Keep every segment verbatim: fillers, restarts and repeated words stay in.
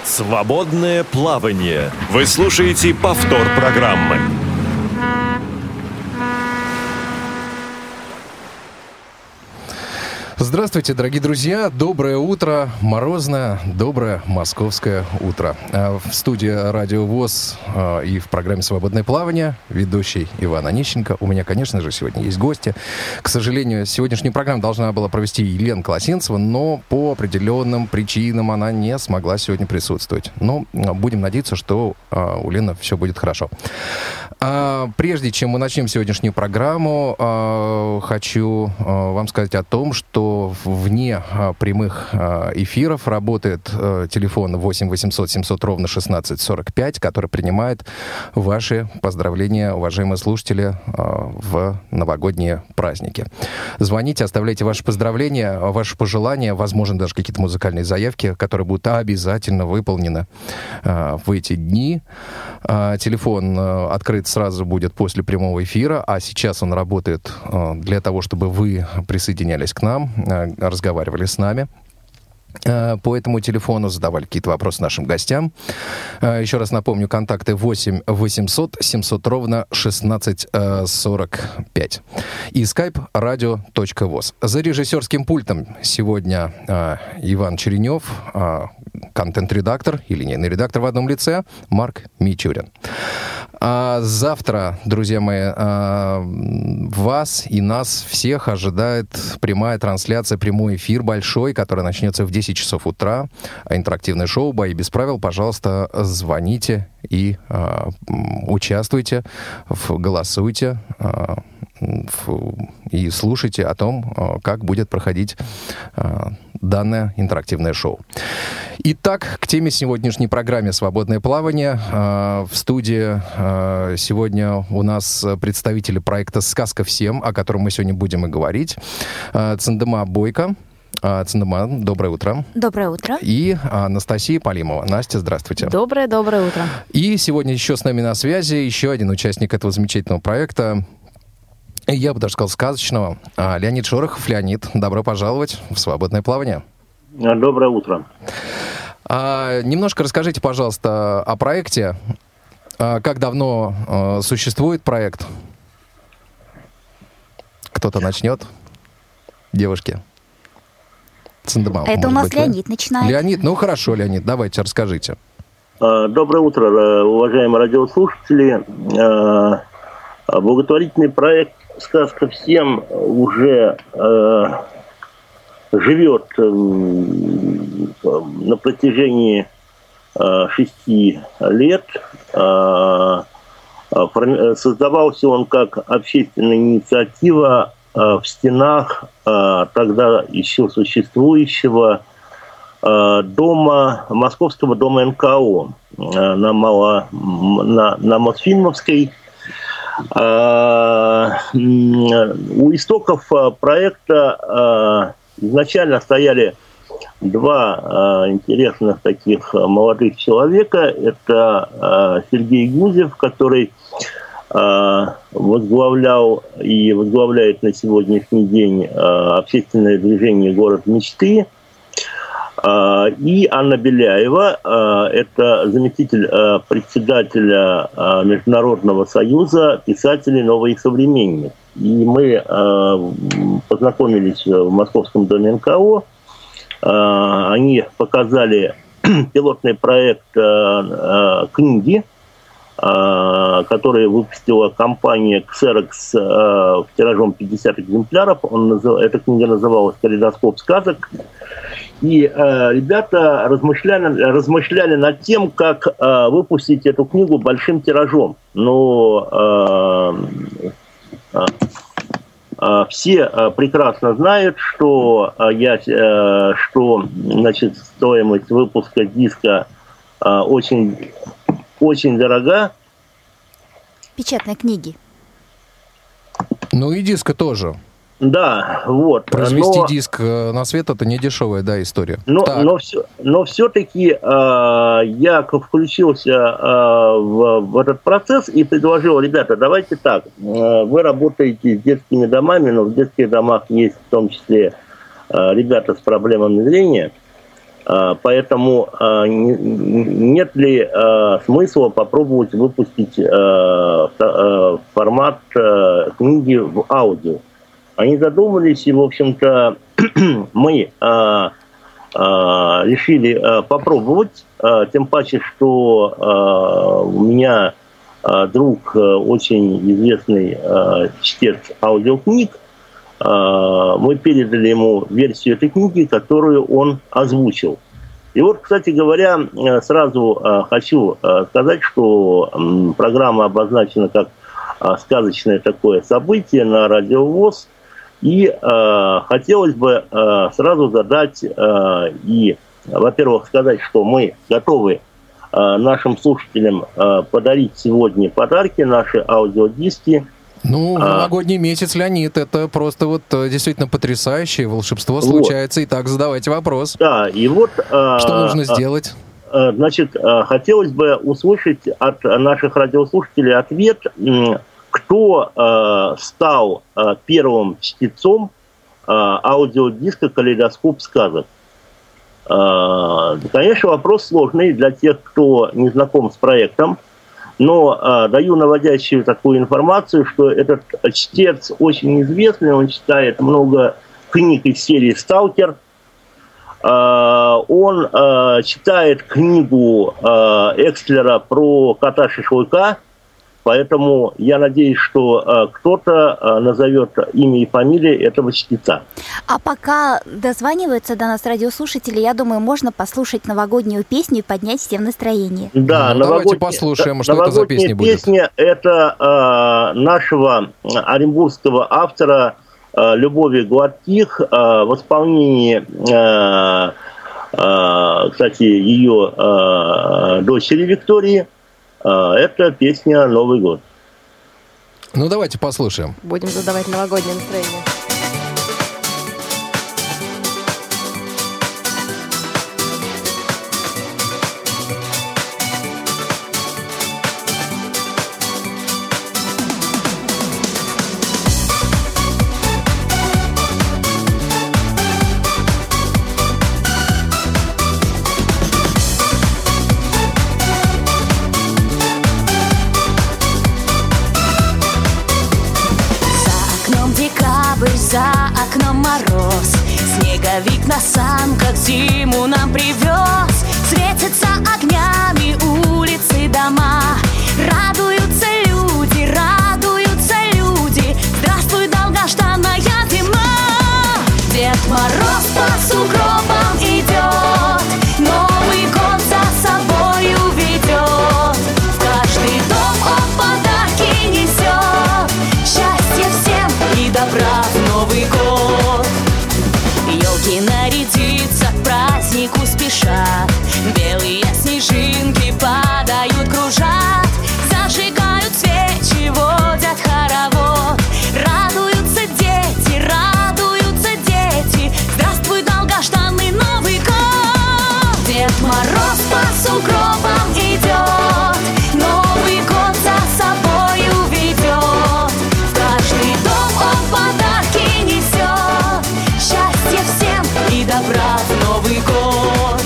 Свободное плавание. Вы слушаете повтор программы. Здравствуйте, дорогие друзья. Доброе утро. Морозное, доброе московское утро. В студии Радио ВОС и в программе «Свободное плавание» ведущий Иван Онищенко. У меня, конечно же, сегодня есть гости. К сожалению, сегодняшнюю программу должна была провести Елена Колосенцева, но по определенным причинам она не смогла сегодня присутствовать. Но будем надеяться, что у Лены все будет хорошо. Прежде чем мы начнем сегодняшнюю программу, хочу вам сказать о том, что вне прямых эфиров работает телефон восемь восемьсот семьсот ровно шестнадцать сорок пять, который принимает ваши поздравления, уважаемые слушатели, в новогодние праздники. Звоните, оставляйте ваши поздравления, ваши пожелания, возможно, даже какие-то музыкальные заявки, которые будут обязательно выполнены в эти дни. Телефон открыт сразу будет после прямого эфира, а сейчас он работает для того, чтобы вы присоединялись к нам, разговаривали с нами по этому телефону, задавали какие-то вопросы нашим гостям. Еще раз напомню, контакты восемь восемьсот семьсот ровно шестнадцать сорок пять. И skype radio.voz. За режиссерским пультом сегодня Иван Черенев, контент-редактор и линейный редактор в одном лице Марк Мичурин. А завтра, друзья мои, вас и нас всех ожидает прямая трансляция, прямой эфир большой, который начнется в десять часов утра. Интерактивное шоу «Бои без правил». Пожалуйста, звоните и а, участвуйте, в, голосуйте а, в, и слушайте о том, а, как будет проходить а, данное интерактивное шоу. Итак, к теме сегодняшней программы «Свободное плавание». В студии сегодня у нас представители проекта «Сказка всем», о котором мы сегодня будем и говорить. Цандема Бойко. Цандема, доброе утро. Доброе утро. И Анастасия Полимова. Настя, здравствуйте. Доброе-доброе утро. И сегодня еще с нами на связи еще один участник этого замечательного проекта. Я бы даже сказал, сказочного. Леонид Шорохов. Леонид, добро пожаловать в «Свободное плавание». Доброе утро. А, немножко расскажите, пожалуйста, о проекте. А, как давно а, существует проект? Кто-то начнет? Девушки. Цандема, Это у нас быть, Леонид вы? начинает. Леонид, ну хорошо, Леонид, давайте, расскажите. Доброе утро, уважаемые радиослушатели. Благотворительный проект «Сказка всем» уже живет на протяжении шести лет. Создавался он как общественная инициатива в стенах тогда еще существующего дома, Московского дома эн ка о на, Мало, на, на Мосфильмовской. У истоков проекта изначально стояли два интересных таких молодых человека. Это Сергей Гузев, который возглавлял и возглавляет на сегодняшний день общественное движение «Город мечты». И Анна Беляева, это заместитель председателя Международного союза писателей «Новый и современник». И мы познакомились в Московском доме эн ка о. Они показали пилотный проект книги, который выпустила компания Xerox тиражом пятьдесят экземпляров. Он, эта книга называлась «Калейдоскоп сказок». И э, ребята размышляли, размышляли над тем, как э, выпустить эту книгу большим тиражом. Но э, э, э, все э, прекрасно знают, что, э, я, э, что значит, стоимость выпуска диска э, очень, очень дорога. Печатной книги. Ну и диска тоже. Да, вот. Произвести но, диск на свет — это не дешевая, да, история. Но, но, все, но все-таки э, я включился э, в, в этот процесс и предложил: ребята, давайте так, э, вы работаете с детскими домами, но в детских домах есть в том числе э, ребята с проблемами зрения. Поэтому нет ли смысла попробовать выпустить формат книги в аудио? Они задумались, и, в общем-то, мы решили попробовать, тем паче, что у меня друг очень известный чтец аудиокниг. Мы передали ему версию этой книги, которую он озвучил. И вот, кстати говоря, сразу хочу сказать, что программа обозначена как сказочное такое событие на Радио ВОС. И хотелось бы сразу задать и, во-первых, сказать, что мы готовы нашим слушателям подарить сегодня подарки, наши аудиодиски. Ну, новогодний месяц, Леонид, это просто вот действительно потрясающее волшебство случается. Вот. Итак, задавайте вопрос. Да, и вот... Что нужно сделать? Значит, хотелось бы услышать от наших радиослушателей ответ, кто стал первым чтецом аудиодиска «Калейдоскоп сказок». Конечно, вопрос сложный для тех, кто не знаком с проектом. Но э, даю наводящую такую информацию, что этот чтец очень известный, он читает много книг из серии «Сталкер». Э, он э, читает книгу э, Экслера про кота-шашлыка, поэтому я надеюсь, что э, кто-то э, назовет имя и фамилию этого чтеца. А пока дозваниваются до нас радиослушатели, я думаю, можно послушать новогоднюю песню и поднять всем настроение. Да, ну, давайте послушаем, что это за песня будет. Песня – это э, нашего оренбургского автора э, Любови Гладких э, в исполнении, э, э, кстати, ее э, дочери Виктории. Э, это песня «Новый год». Ну, давайте послушаем. Будем задавать новогоднее настроение. За окном мороз, снеговик на санках зиму нам привез. Светятся огнями улицы, дома, радуются люди, радуются люди. Здравствуй, долгожданная зима. Дед Мороз по сугробам идет, Новый год за собою ведет. В каждый дом он подарки несет, счастье всем и добра в Новый год. Елки нарядиться к празднику спешат, белые снежинки падают, кружат, зажигают свечи, водят хоровод. Радуются дети, радуются дети, здравствуй, долгожданный Новый год. Дед Мороз по сугробам идет, Новый год за собою ведет. В каждый дом он подарки несет, счастье всем и добра в Новый год.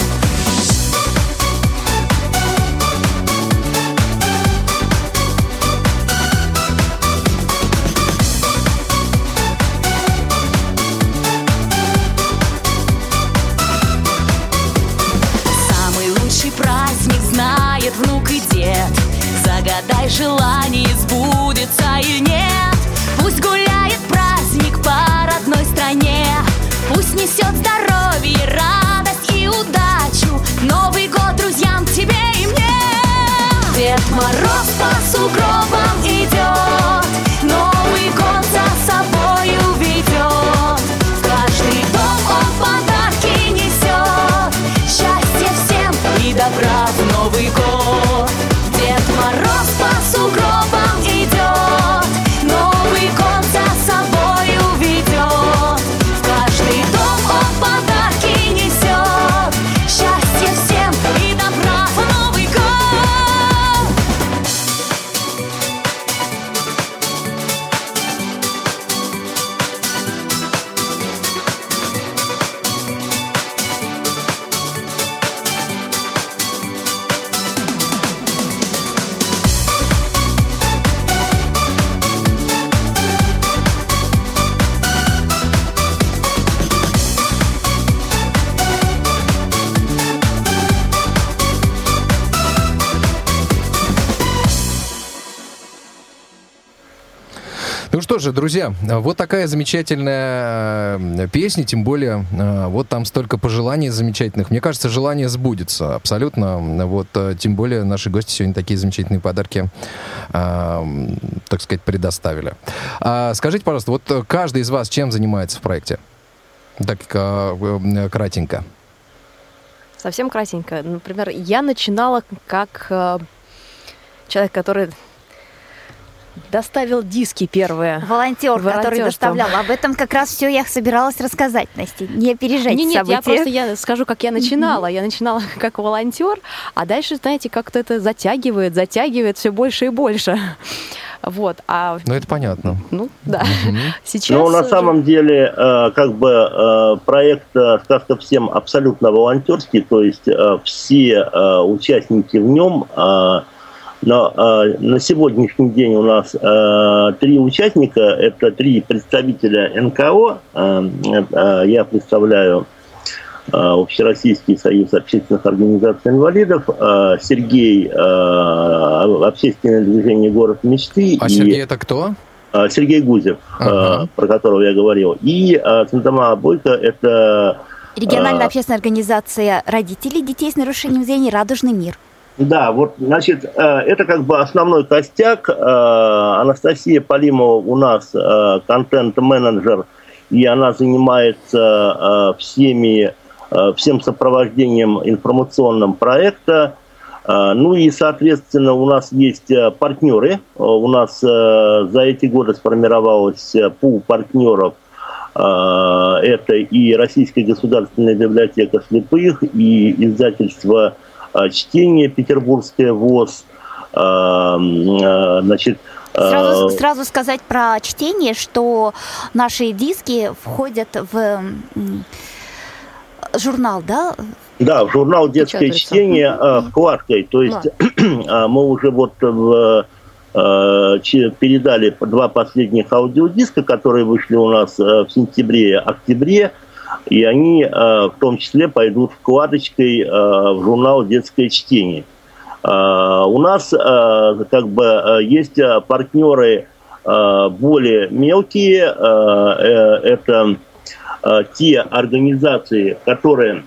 Самый лучший праздник знает внук и дед. Загадай желание, сбудется или нет. Пусть гуляет праздник по родной стране, пусть несет здоровье, радость и удачу. Новый год друзьям, тебе и мне. Дед Мороз по сугробам идет, Новый год за собою ведет. В каждый дом он подарки несет, счастье всем и добра в Новый год. Дед Мороз по сугробам идет, Новый год за собою ведет. В каждый дом он подарки что же, друзья, вот такая замечательная песня, тем более вот там столько пожеланий замечательных. Мне кажется, желание сбудется абсолютно. Вот, тем более наши гости сегодня такие замечательные подарки, так сказать, предоставили. Скажите, пожалуйста, вот каждый из вас чем занимается в проекте? Так, кратенько. Совсем кратенько. Например, я начинала как э, человек, который доставил диски первые. Волонтер, который доставлял. Об этом как раз все я собиралась рассказать, Настя. Не опережайте не, нет, события. Я просто я скажу, как я начинала. Я начинала как волонтер, а дальше, знаете, как-то это затягивает, затягивает все больше и больше. Вот, а... Ну, это понятно. Ну, да. Угу. Сейчас ну, на уже... самом деле, э, как бы э, проект «Сказка всем» абсолютно волонтерский, то есть э, все э, участники в нем... Э, но э, на сегодняшний день у нас э, три участника, это три представителя эн ка о. Э, э, я представляю э, Общероссийский союз общественных организаций инвалидов, э, Сергей, э, общественное движение «Город мечты». А и, Сергей это кто? Э, Сергей Гузев, ага. э, про которого я говорил. И э, Центама Бойко, это... Региональная э, общественная организация родителей детей с нарушением зрения «Радужный мир». Да, вот, значит, это как бы основной костяк. Анастасия Полимова у нас контент-менеджер, и она занимается всеми, всем сопровождением информационным проекта. Ну и, соответственно, у нас есть партнеры. У нас за эти годы сформировалось пул партнеров. Это и Российская государственная библиотека слепых, и издательство «Чтение», Петербургская ВОС, значит... Сразу, сразу сказать про чтение, что наши диски входят в журнал, да? Да, в журнал «Детское чтение» вкладкой. То есть да. Мы уже вот в, передали два последних аудиодиска, которые вышли у нас в сентябре-октябре. И они в том числе пойдут вкладочкой в журнал «Детское чтение». У нас как бы есть партнеры более мелкие. Это те организации, которые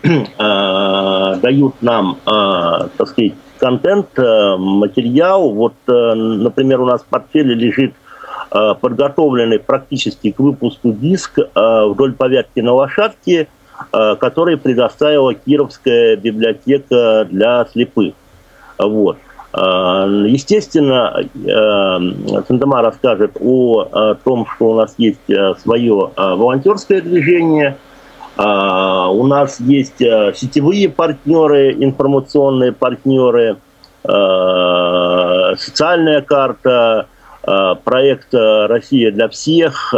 дают нам, так сказать, контент, материал. Вот, например, у нас в портфеле лежит подготовленный практически к выпуску диск «Вдоль по Вяткиной лошадке», который предоставила Кировская библиотека для слепых. Вот. Естественно, Центама расскажет о том, что у нас есть свое волонтерское движение, у нас есть сетевые партнеры, информационные партнеры, социальная карта, проект «Россия для всех»,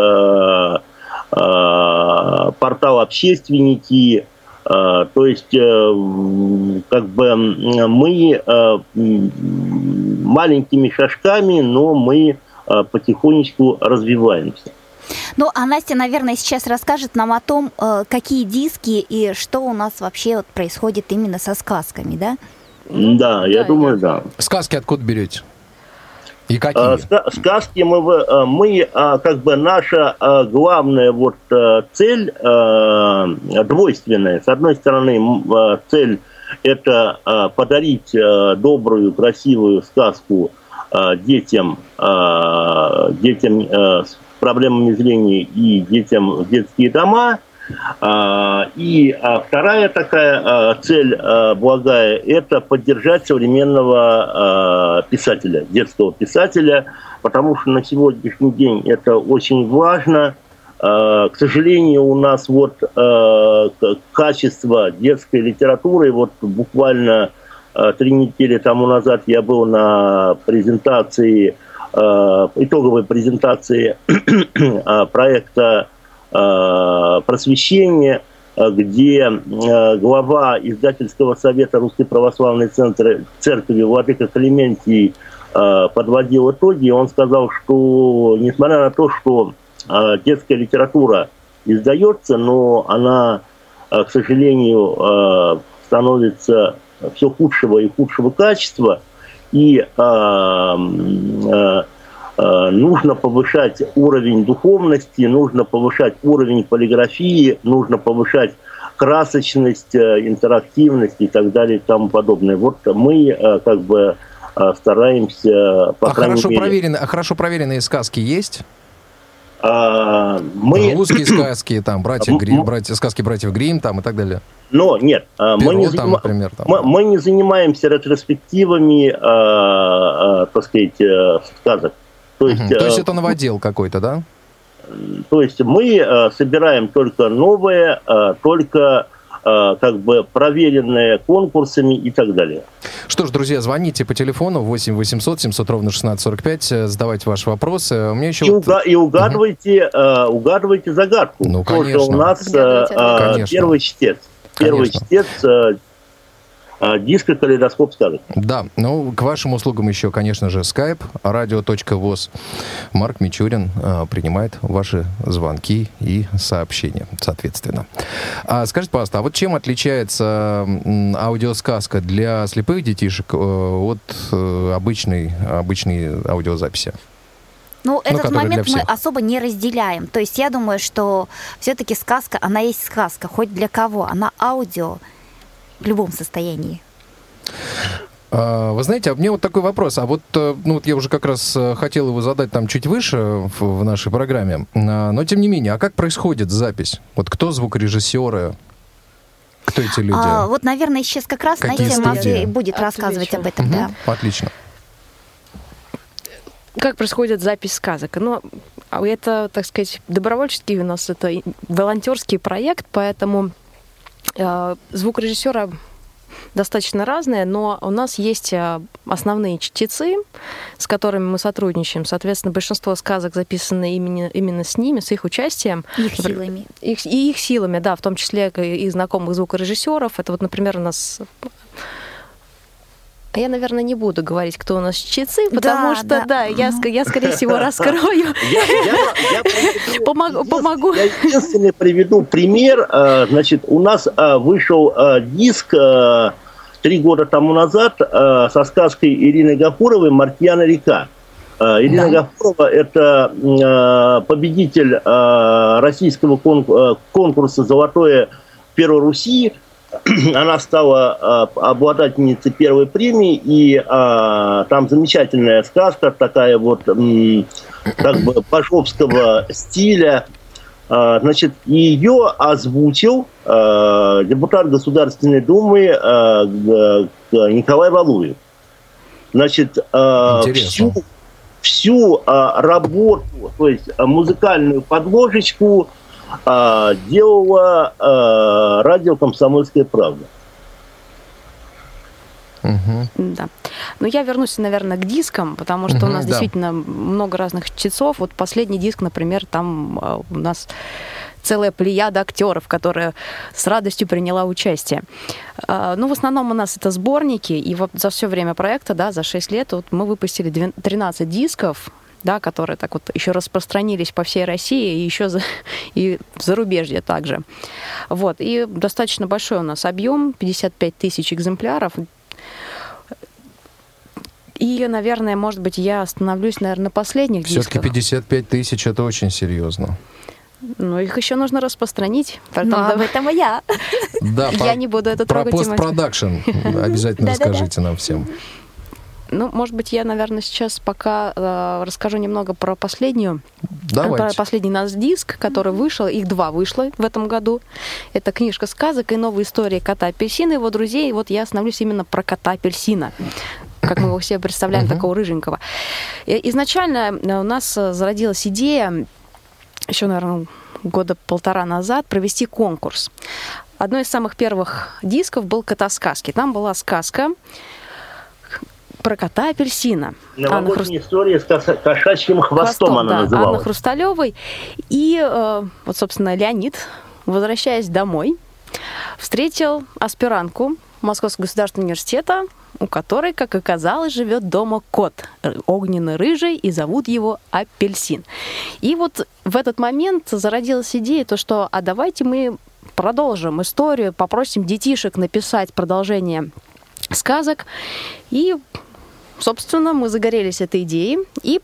портал «Общественники». То есть, как бы мы маленькими шажками, но мы потихонечку развиваемся. Ну, а Настя, наверное, сейчас расскажет нам о том, какие диски и что у нас вообще вот происходит именно со сказками, да? Ну, да, я да, думаю, я... да. Сказки откуда берете? И какие? Сказки мы, мы, как бы наша главная вот цель двойственная. С одной стороны, цель это подарить добрую, красивую сказку детям, детям с проблемами зрения и детям в детские дома. И вторая такая цель благая – это поддержать современного писателя, детского писателя, потому что на сегодняшний день это очень важно. К сожалению, у нас вот качество детской литературы, вот буквально три недели тому назад я был на презентации, итоговой презентации проекта «Просвещение», где глава издательского совета Русской Православной Церкви владыка Клементий подводил итоги. Он сказал, что несмотря на то, что детская литература издается, но она, к сожалению, становится все худшего и худшего качества. И нужно повышать уровень духовности, нужно повышать уровень полиграфии, нужно повышать красочность, интерактивность и так далее и тому подобное. Вот мы как бы стараемся, по а крайней хорошо мере... Проверенные, а хорошо проверенные сказки есть? А, мы... Русские сказки, там, братья Грим, братья, сказки братьев Гримм, там, и так далее. Но нет, Перо, мы, не там, заним... например, там, мы, да. мы не занимаемся ретроспективами, а, а, так сказать, сказок. То есть, угу. То есть это новодел какой-то, да? То есть мы а, собираем только новое, а, только а, как бы проверенное конкурсами и так далее. Что ж, друзья, звоните по телефону восемь восемьсот семьсот ровно шестнадцать сорок пять, задавайте ваши вопросы. У меня еще и, вот... уга- и угадывайте, угу. а, угадывайте загадку. Ну, Потому конечно. что у нас а, конечно. первый чтец. Первый Конечно. чтец а, а, диска «Калейдоскоп сказок». Да, ну, к вашим услугам еще, конечно же, skype, радио точка воз. Марк Мичурин а, принимает ваши звонки и сообщения, соответственно. А скажите, пожалуйста, а вот чем отличается м, аудиосказка для слепых детишек э, от э, обычной, обычной аудиозаписи? Ну, этот которая момент для мы всех. особо не разделяем. То есть я думаю, что все-таки сказка, она есть сказка, хоть для кого. Она аудио в любом состоянии. А, Вы знаете, а мне вот такой вопрос. А вот, э, ну, вот я уже как раз э, хотел его задать там чуть выше в, в нашей программе. А, Но, тем не менее, а как происходит запись? Вот кто звукорежиссеры? Кто эти люди? А, вот, наверное, сейчас как раз, Какие знаете, студии? Матвей будет Отвечу. рассказывать об этом. Мгм. Да. Отлично. Как происходит запись сказок? Ну, это, так сказать, добровольческий у нас, это волонтерский проект, поэтому э, звукорежиссера достаточно разные, но у нас есть основные чтецы, с которыми мы сотрудничаем. Соответственно, большинство сказок записаны именно, именно с ними, с их участием. Их силами. Их, и их силами, да, в том числе и знакомых звукорежиссеров. Это вот, например, у нас... А я, наверное, не буду говорить, кто у нас чтецы, потому Да, что, да, да, я, я, скорее всего, раскрою. Я, я, я приведу, Помогу, помогу. Я единственный приведу пример. Значит, у нас вышел диск три года тому назад со сказкой Ирины Гафуровой «Мартьяна река». Ирина да. Гафурова – это победитель российского конкурса «Золотое перо Руси». Она стала э, обладательницей первой премии, и э, там замечательная сказка, такая вот э, как бы бажовского стиля. Э, значит, ее озвучил э, депутат Государственной Думы э, Николай Валуев. Значит, э, всю, всю э, работу, то есть музыкальную подложечку делала э, радио «Комсомольская правда». Угу. Да. Но я вернусь, наверное, к дискам, потому что угу, у нас да. действительно много разных чтецов. Вот последний диск, например, там uh, у нас целая плеяда актеров, которая с радостью приняла участие. Uh, ну, в основном у нас это сборники, и вот за все время проекта, да, за шесть лет вот мы выпустили тринадцать дисков, да, которые так вот еще распространились по всей России и еще за, и в зарубежье также. Вот. И достаточно большой у нас объем, пятьдесят пять тысяч экземпляров. И, наверное, может быть, я остановлюсь, наверное, на последних Все-таки дисках. пятьдесят пять тысяч – это очень серьезно. Но их еще нужно распространить. Но об этом и я. Да, Я не буду это про трогать. постпродакшн обязательно Да-да-да. расскажите нам всем. Ну, может быть, я, наверное, сейчас пока э, расскажу немного про последнюю. Про Давайте. последний наш диск, который вышел. Их два вышло в этом году. Это книжка сказок и новые истории кота Апельсина и его друзей. И вот я остановлюсь именно про кота Апельсина, как мы его себе представляем, Мгм. такого рыженького. И изначально у нас зародилась идея, еще, наверное, года полтора назад, провести конкурс. Одной из самых первых дисков был «Кота-сказки». Там была сказка про кота Апельсина. Новогодняя Хру... история с коса... кошачьим хвостом, Хвостом, она да, называлась. Анна Хрусталевой. И э, вот, собственно, Леонид, возвращаясь домой, встретил аспирантку Московского государственного университета, у которой, как оказалось, живет дома кот огненно-рыжий, и зовут его Апельсин. И вот в этот момент зародилась идея, то, что а давайте мы продолжим историю, попросим детишек написать продолжение сказок. И, собственно, мы загорелись этой идеей и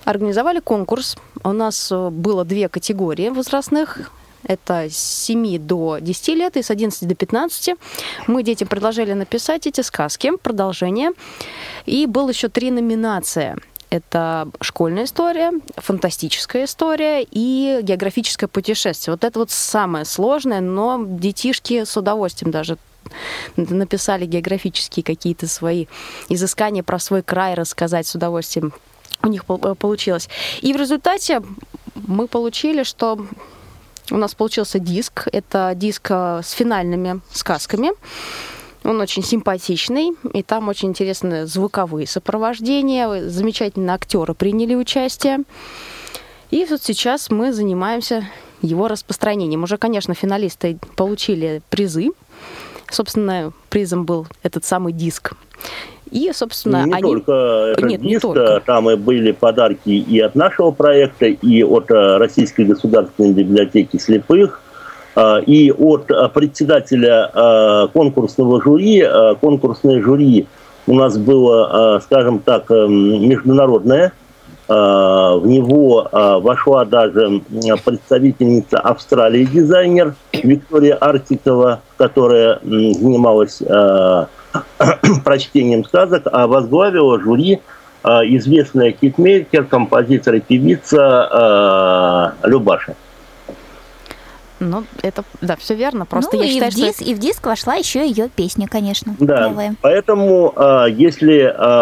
организовали конкурс. У нас было две категории возрастных. Это с семи до десяти лет и с одиннадцати до пятнадцати. Мы детям предложили написать эти сказки, продолжение. И было еще три номинации. Это школьная история, фантастическая история и географическое путешествие. Вот это вот самое сложное, но детишки с удовольствием даже написали географические какие-то свои изыскания про свой край, рассказать с удовольствием. У них получилось. И в результате мы получили, что у нас получился диск. Это диск с финальными сказками. Он очень симпатичный, и там очень интересные звуковые сопровождения, замечательные актеры приняли участие. И вот сейчас мы занимаемся его распространением. Уже, конечно, финалисты получили призы. Собственно, призом был этот самый диск. И, собственно, не они... только этот Нет, диск, не только. Там и были подарки и от нашего проекта, и от Российской государственной библиотеки слепых, и от председателя конкурсного жюри. Конкурсное жюри у нас было, скажем так, международное. В него вошла даже представительница Австралии, дизайнер Виктория Артикова, которая занималась прочтением сказок, а возглавила жюри известная хитмейкер, композитор и певица Любаша. Ну, это, да, все верно. Просто ну, я и считаю, в диск, что... И в диск вошла еще ее песня, конечно, да, новая. Поэтому, если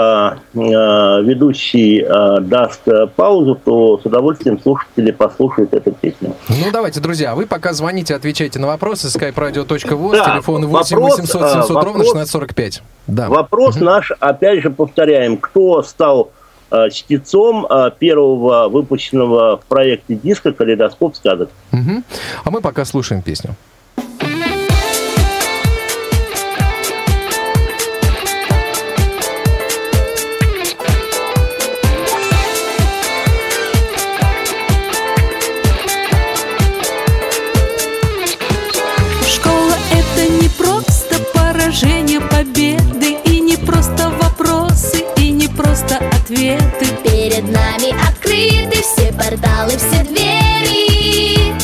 ведущий даст паузу, то с удовольствием слушатели послушают эту песню. Ну, давайте, друзья, вы пока звоните, отвечайте на вопросы. skype radio точка voz, да, телефон восемь вопрос, восемьсот семьсот вопрос, ровно шестнадцать сорок пять. Да. Вопрос угу. наш, опять же, повторяем. Кто стал чтецом первого выпущенного в проекте диска «Калейдоскоп сказок». Угу. А мы пока слушаем песню. Школа — это не просто поражение, победы, и не просто вопросы, и не просто ответы. Перед нами открыты все порталы, все двери.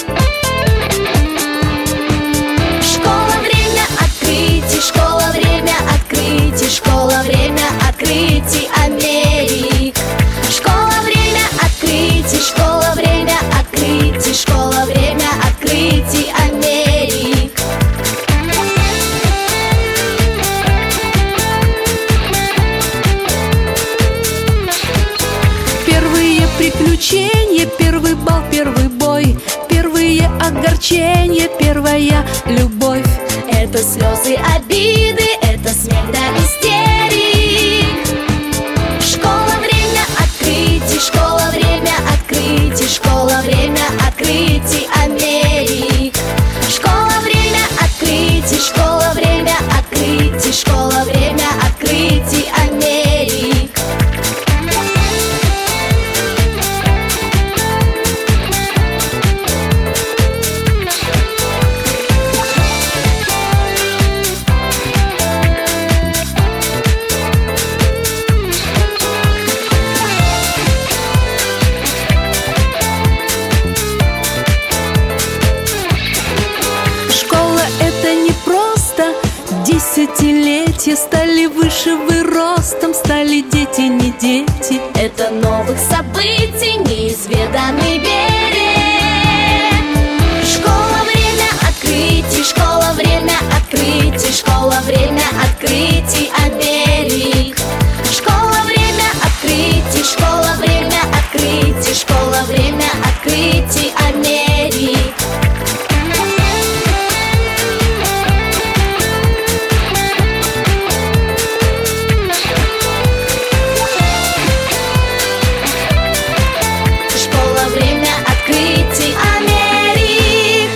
Школа — время открытий, школа — время открытий, школа — время открытий Америк. Школа — время открытий, школа — время открытий, школа — время открытий Америк. Первые приключения, первый бал, первый бой, первые огорчения, первая любовь. Это слезы, обиды, это смех до истерик. Школа — время открытий, школа — время открытий, школа — время открытий Америк. Школа — время открытий, школа — время открытий, школа — время открытий Америк. Школа — это не просто десятилетия, стали выше вы ростом, стали дети не дети. Это новых событий, неизведанный берег. Школа — время открытий, школа — время открытий, школа — время открытий Америк. Школа — время открытий, школа — время открытий, школа — время открытий Америк. Школа — время открытий Америк.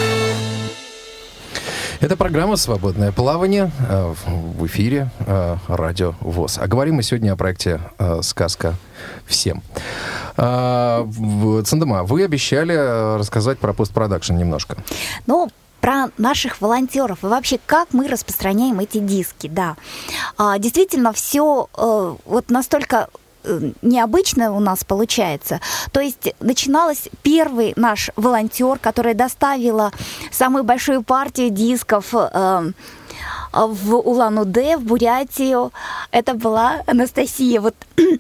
Это программа «Свободное плавание» э, в эфире э, Радио ВОС. А говорим мы сегодня о проекте э, «Сказка всем». Э, Цандема, вы обещали рассказать про постпродакшн немножко. Ну, про наших волонтеров и вообще, как мы распространяем эти диски, да. А, действительно, все э, вот настолько необычно у нас получается. То есть начиналось первый наш волонтер, который доставила самую большую партию дисков э, в Улан-Удэ, в Бурятию. Это была Анастасия. Вот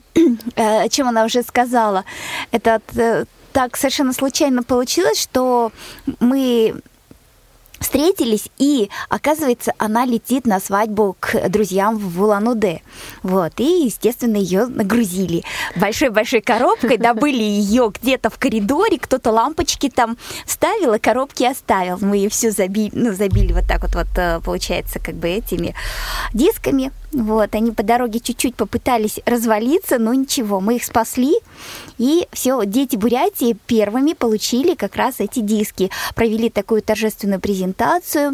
о чем она уже сказала. Это так совершенно случайно получилось, что мы встретились, и, оказывается, она летит на свадьбу к друзьям в Улан-Удэ. Вот, и, естественно, ее нагрузили большой-большой коробкой, добыли ее где-то в коридоре, кто-то лампочки там вставил, и коробки оставил. Мы ее всю забили, ну, забили вот так вот, вот, получается, как бы этими дисками. Вот, они по дороге чуть-чуть попытались развалиться, но ничего, мы их спасли, и все, дети Бурятии первыми получили как раз эти диски, провели такую торжественную презентацию,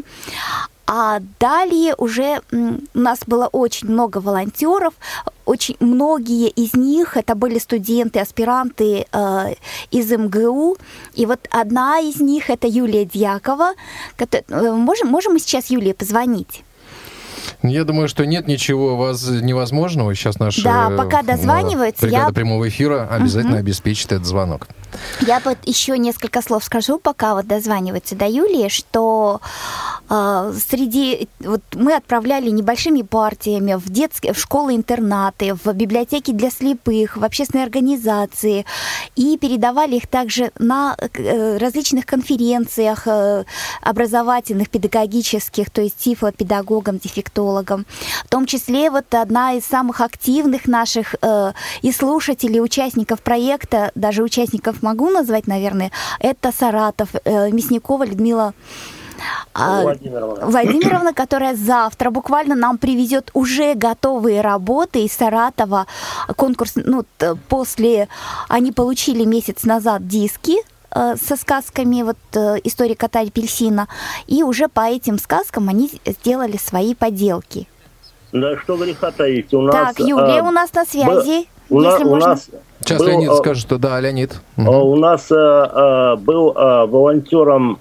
а далее уже у нас было очень много волонтеров, очень многие из них это были студенты, аспиранты э, из эм гэ у, и вот одна из них это Юлия Дьякова. Которая, можем, можем мы сейчас Юлии позвонить? Я думаю, что нет ничего воз... невозможного. Сейчас наша да, пока дозванивается, бригада я... прямого эфира обязательно угу. обеспечит этот звонок. Я вот еще несколько слов скажу, пока вот дозванивается до Юлии, что э, среди... Вот мы отправляли небольшими партиями в детские, в школы-интернаты, в библиотеки для слепых, в общественные организации, и передавали их также на э, различных конференциях э, образовательных, педагогических, то есть тифлопедагогам, дефектологам. В том числе вот одна из самых активных наших э, и слушателей, участников проекта, даже участников могу назвать, наверное, это Саратов, э, Мясникова Людмила Владимировна. Владимировна, которая завтра буквально нам привезет уже готовые работы из Саратова. Конкурс, ну, после, они получили месяц назад диски э, со сказками, вот, э, «История кота и апельсина», и уже по этим сказкам они сделали свои поделки. Да, что греха таить. У нас, так, Юлия а, у нас на связи. У, если на, у можно... нас... Сейчас был, Леонид а, скажет, что да, Леонид. А, у нас а, был а, волонтером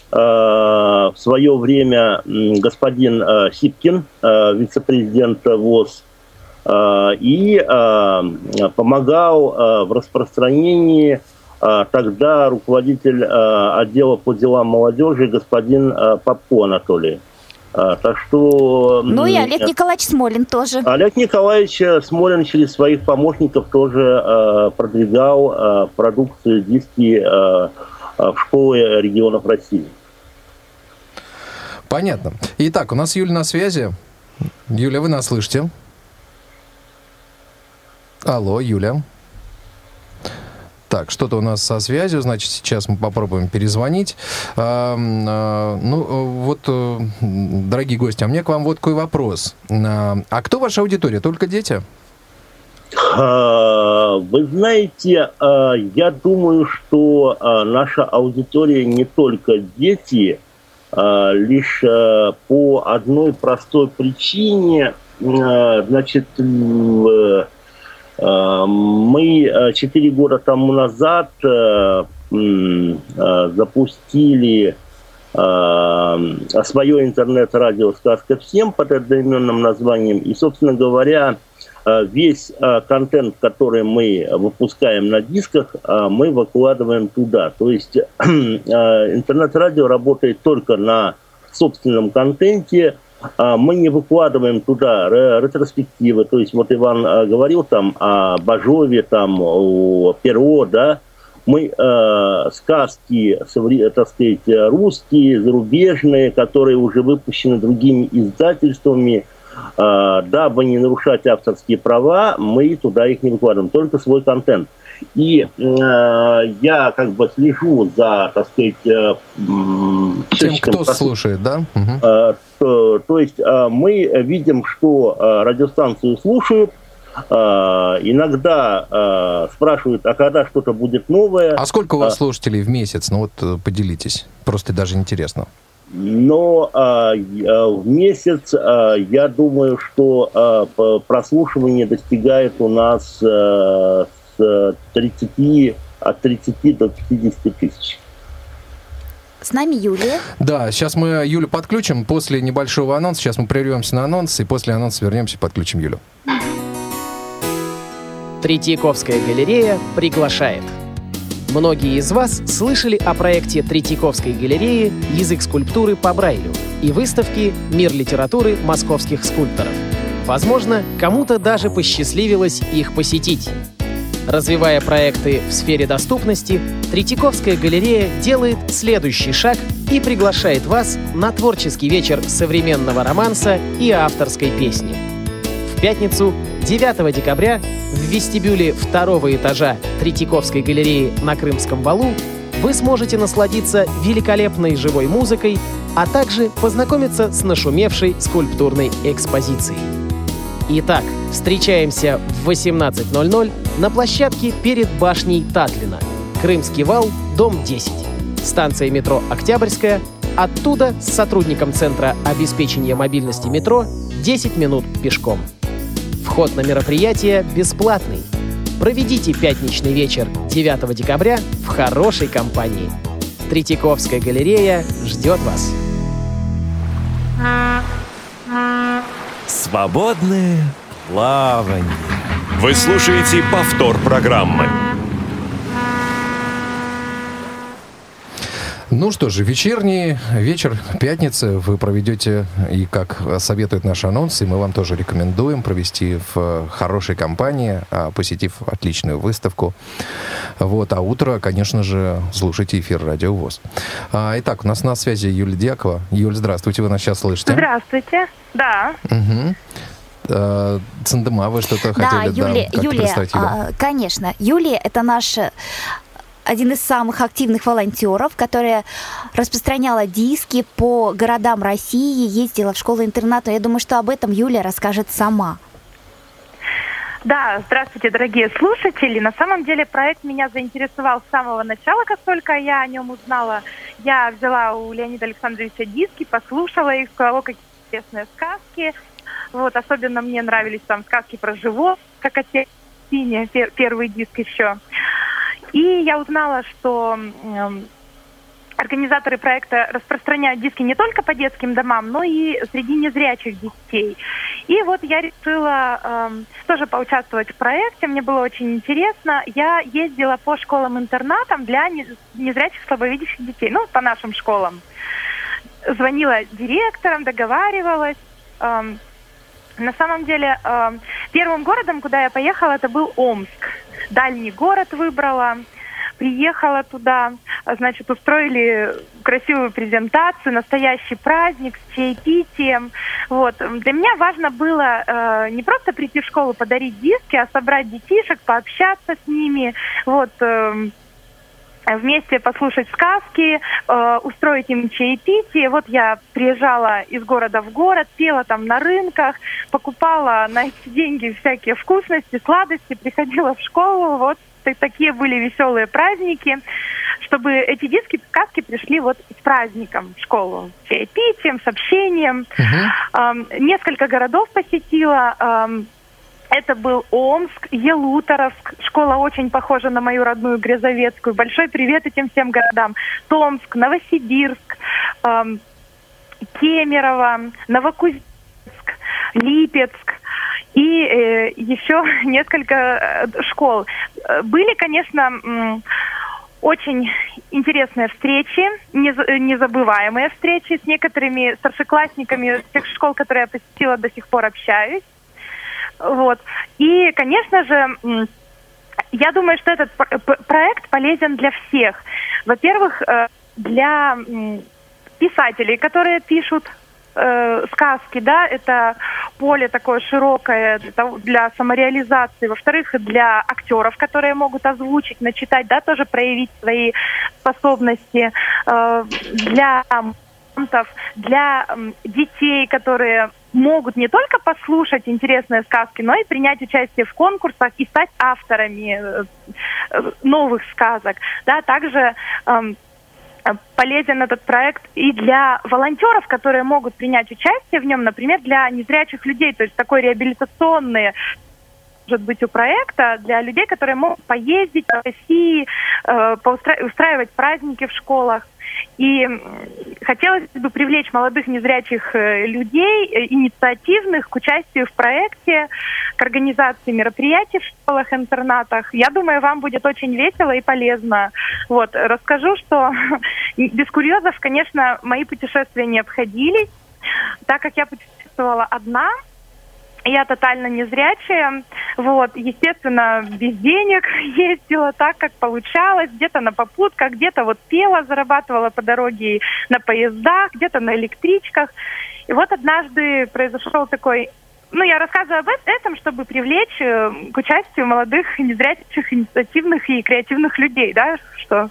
а, в свое время господин а, Сипкин, а, вице-президент ВОС, а, и а, помогал а, в распространении а, тогда руководитель а, отдела по делам молодежи господин а, Попко Анатолий. А, так что... Ну и Олег Николаевич Смолин тоже. Олег Николаевич Смолин через своих помощников тоже а, продвигал а, продукцию диски а, а, в школы регионов России. Понятно. Итак, у нас Юля на связи. Юля, вы нас слышите? Алло, Юля. Так, что-то у нас со связью, значит, сейчас мы попробуем перезвонить. А, а, ну, вот, дорогие гости, а мне к вам вот какой вопрос. А, а кто ваша аудитория? Только дети? А, вы знаете, а, я думаю, что а, наша аудитория не только дети, а, лишь а, по одной простой причине, а, значит, в мы четыре года тому назад запустили свое интернет-радио «Сказка всем» под одноименным названием. И, собственно говоря, весь контент, который мы выпускаем на дисках, мы выкладываем туда. То есть интернет-радио работает только на собственном контенте. Мы не выкладываем туда ретроспективы, то есть вот Иван говорил там о Бажове, там о Перо, да, мы э, сказки, так сказать, русские, зарубежные, которые уже выпущены другими издательствами, э, дабы не нарушать авторские права, мы туда их не выкладываем, только свой контент. И э, я как бы слежу за, так сказать, э, тем, кто прос... слушает, да? Угу. Э, то, то есть э, мы видим, что э, радиостанцию слушают, э, иногда э, спрашивают, а когда что-то будет новое. А сколько у вас а, слушателей в месяц? Ну вот поделитесь, просто даже интересно. Но э, в месяц, э, я думаю, что э, прослушивание достигает у нас э, с тридцати, от тридцати до пятидесяти тысяч. С нами Юлия. Да, сейчас мы Юлю подключим после небольшого анонса. Сейчас мы прервемся на анонс, и после анонса вернемся и подключим Юлю. Третьяковская галерея приглашает. Многие из вас слышали о проекте Третьяковской галереи «Язык скульптуры по Брайлю» и выставке «Мир литературы московских скульпторов». Возможно, кому-то даже посчастливилось их посетить. Развивая проекты в сфере доступности, Третьяковская галерея делает следующий шаг и приглашает вас на творческий вечер современного романса и авторской песни. В пятницу, девятого декабря, в вестибюле второго этажа Третьяковской галереи на Крымском валу вы сможете насладиться великолепной живой музыкой, а также познакомиться с нашумевшей скульптурной экспозицией. Итак, встречаемся в восемнадцать ноль ноль на площадке перед башней Татлина. Крымский вал, дом десять. Станция метро «Октябрьская». Оттуда с сотрудником Центра обеспечения мобильности метро десять минут пешком. Вход на мероприятие бесплатный. Проведите пятничный вечер девятого декабря в хорошей компании. Третьяковская галерея ждет вас. Свободное плавание. Вы слушаете повтор программы. Ну что же, вечерний вечер, пятница, вы проведете, и как советует наш анонс, и мы вам тоже рекомендуем провести в хорошей компании, посетив отличную выставку. Вот, а утро, конечно же, слушайте эфир Радио ВОС. Итак, у нас на связи Юлия Дьякова. Юль, здравствуйте, вы нас сейчас слышите? Здравствуйте, да. Угу. Цендема, вы что-то да, хотели Юлия, да, Юлия, представить? а, конечно. Юлия — это наш один из самых активных волонтеров, которая распространяла диски по городам России, ездила в школу-интернат. Я думаю, что об этом Юлия расскажет сама. Да, здравствуйте, дорогие слушатели. На самом деле проект меня заинтересовал с самого начала, как только я о нем узнала. Я взяла у Леонида Александровича диски, послушала их, сказала, какие интересные сказки. Вот, особенно мне нравились там сказки про животных, как отец Синя, пер- первый диск еще. И я узнала, что э, организаторы проекта распространяют диски не только по детским домам, но и среди незрячих детей. И вот я решила э, тоже поучаствовать в проекте, мне было очень интересно. Я ездила по школам-интернатам для незрячих слабовидящих детей, ну, по нашим школам. Звонила директорам, договаривалась. Э, на самом деле, э, первым городом, куда я поехала, это был Омск. Дальний город выбрала, приехала туда, значит, устроили красивую презентацию, настоящий праздник с чаепитием. Вот. Для меня важно было э, не просто прийти в школу, подарить диски, а собрать детишек, пообщаться с ними, вот, э, вместе послушать сказки, э, устроить им чаепитие. Вот я приезжала из города в город, пела там на рынках, покупала на эти деньги всякие вкусности, сладости, приходила в школу. Вот такие были веселые праздники, чтобы эти диски, сказки пришли вот с праздником в школу, с чаепитием, с общением. Uh-huh. Э, несколько городов посетила. Э, Это был Омск, Елуторовск. Школа очень похожа на мою родную Грязовецкую. Большой привет этим всем городам. Томск, Новосибирск, эм, Кемерово, Новокузнецк, Липецк и э, еще несколько э, школ. Были, конечно, м- очень интересные встречи, нез- незабываемые встречи с некоторыми старшеклассниками тех школ, которые я посетила, до сих пор общаюсь. Вот. И, конечно же, я думаю, что этот проект полезен для всех. Во-первых, для писателей, которые пишут э, сказки, да, это поле такое широкое для самореализации. Во-вторых, для актеров, которые могут озвучить, начитать, да, тоже проявить свои способности. Э, для для детей, которые могут не только послушать интересные сказки, но и принять участие в конкурсах и стать авторами новых сказок. Да, также эм, полезен этот проект и для волонтеров, которые могут принять участие в нем, например, для незрячих людей, то есть такой реабилитационный может быть у проекта для людей, которые могут поездить по России, э, поустра- устраивать праздники в школах. И хотелось бы привлечь молодых незрячих людей, инициативных, к участию в проекте, к организации мероприятий в школах-интернатах. Я думаю, вам будет очень весело и полезно. Вот, расскажу, что без курьезов, конечно, мои путешествия не обходились, так как я путешествовала одна. Я тотально незрячая, вот, естественно, без денег ездила так, как получалось, где-то на попутках, где-то вот пела, зарабатывала по дороге на поездах, где-то на электричках. И вот однажды произошел такой, ну, я рассказываю об этом, чтобы привлечь к участию молодых незрячих, инициативных и креативных людей, да, что...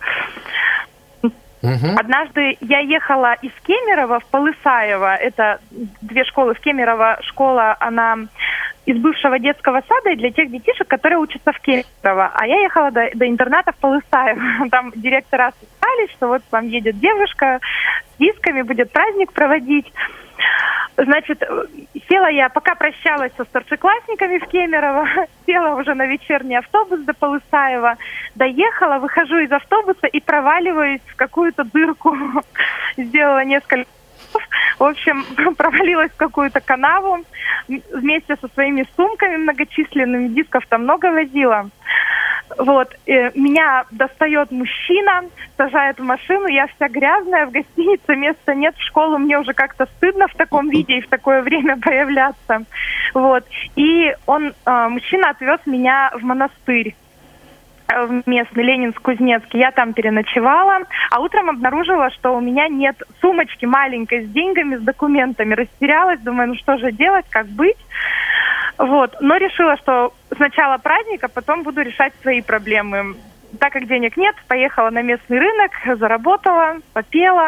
Uh-huh. Однажды я ехала из Кемерово в Полысаево. Это две школы. В Кемерово школа, она из бывшего детского сада и для тех детишек, которые учатся в Кемерово. А я ехала до, до интерната в Полысаево. Там директора сказали, что вот вам едет девушка с дисками, будет праздник проводить. Значит, села я, пока прощалась со старшеклассниками в Кемерово, села уже на вечерний автобус до Полысаева, доехала, выхожу из автобуса и проваливаюсь в какую-то дырку. Сделала несколько... В общем, провалилась в какую-то канаву вместе со своими сумками многочисленными, дисков там много возила. Вот, э, меня достает мужчина, сажает в машину, я вся грязная, в гостинице места нет, в школу мне уже как-то стыдно в таком виде и в такое время появляться. Вот, и он, э, мужчина отвез меня в монастырь, в местный Ленинск-Кузнецкий. Я там переночевала, а утром обнаружила, что у меня нет сумочки маленькой с деньгами, с документами. Растерялась, думаю, ну что же делать, как быть? Вот, но решила, что сначала праздник, а потом буду решать свои проблемы. Так как денег нет, поехала на местный рынок, заработала, попела,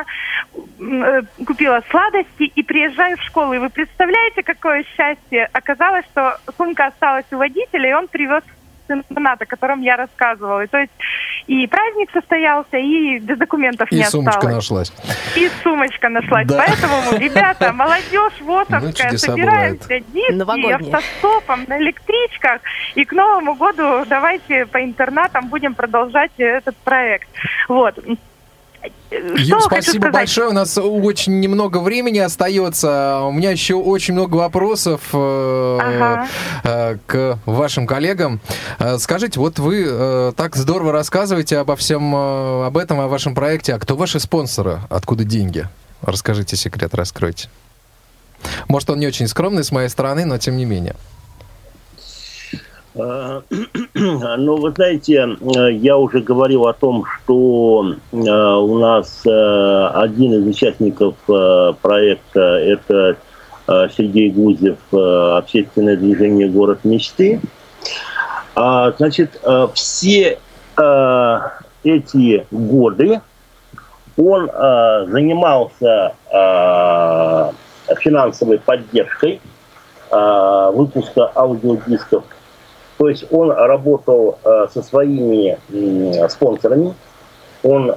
купила сладости и приезжаю в школу. И вы представляете, какое счастье? Оказалось, что сумка осталась у водителя, и он привез интернат, о котором я рассказывала. И, то есть и праздник состоялся, и без документов и не осталось. И сумочка нашлась. И сумочка нашлась. Да. Поэтому, ребята, молодежь ВОСовская, ну, собираемся диски автостопом, на электричках, и к Новому году давайте по интернатам будем продолжать этот проект. Вот. Юль, спасибо большое. У нас очень немного времени остается. У меня еще очень много вопросов э, ага. э, к вашим коллегам. Э, скажите, вот вы э, так здорово рассказываете обо всем, э, об этом, о вашем проекте. А кто ваши спонсоры? Откуда деньги? Расскажите секрет, раскройте. Может, он не очень скромный с моей стороны, но тем не менее. Ну, вы знаете, я уже говорил о том, что у нас один из участников проекта – это Сергей Гузев, общественное движение «Город мечты». Значит, все эти годы он занимался финансовой поддержкой выпуска аудиодисков. То есть он работал э, со своими э, спонсорами, он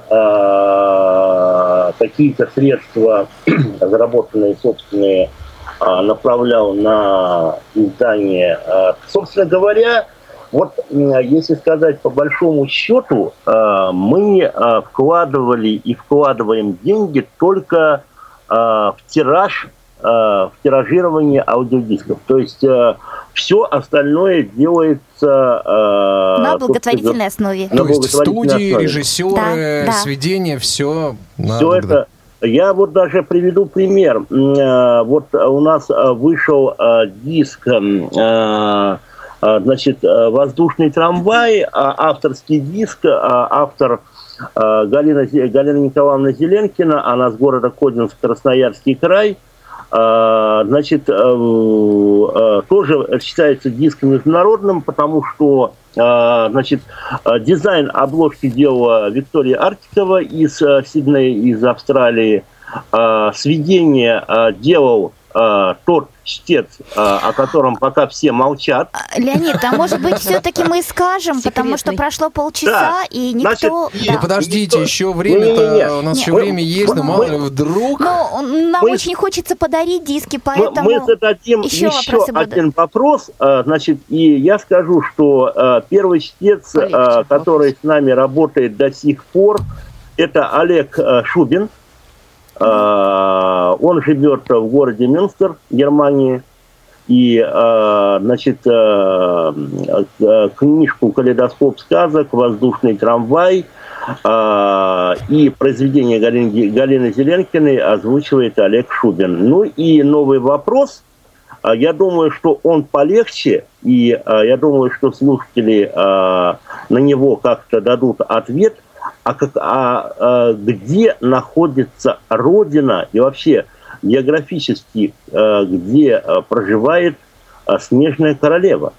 э, какие-то средства, заработанные собственные, э, направлял на издание. Э, собственно говоря, вот э, если сказать по большому счету, э, мы э, вкладывали и вкладываем деньги только э, в тираж, э, в тиражирование аудиодисков. То есть э, все остальное делается э, на благотворительной основе. То есть студии, режиссеры, да, сведения, да. все. Все это. Я вот даже приведу пример. Вот у нас вышел диск, значит, «Воздушный трамвай», авторский диск, автор Галина, Галина Николаевна Зеленкина, она с города Кодинск, Красноярский край. Значит, тоже считается диском международным, потому что, значит, дизайн обложки делала Виктория Артикова из Сиднея, из Австралии. Сведение делал э, тот чтец, э, о котором пока все молчат. Леонид, а может быть, все-таки мы скажем, Секретный. потому что прошло полчаса, Да. и никто... Значит, да. Ну подождите, Никто- еще время-то, Не-не-не. у нас Не. еще Мы- время есть, но мы- мало ли вдруг... Но нам Мы- очень хочется подарить диски, Мы, поэтому... мы зададим еще еще, вопросы будут. один вопрос. э, Значит, и я скажу, что э, первый чтец, э, Полегче который с нами работает до сих пор, это Олег э, Шубин. Э, Он живет в городе Мюнстер, Германии. И, э, значит, э, э, книжку «Калейдоскоп сказок», «Воздушный трамвай» э, и произведение Галины, Галины Зеленкиной озвучивает Олег Шубин. Ну и новый вопрос. Э, Я думаю, что он полегче, и э, я думаю, что слушатели э, на него как-то дадут ответ. А, как, а, а где находится Родина и вообще географически, э, где э, проживает э, Снежная Королева?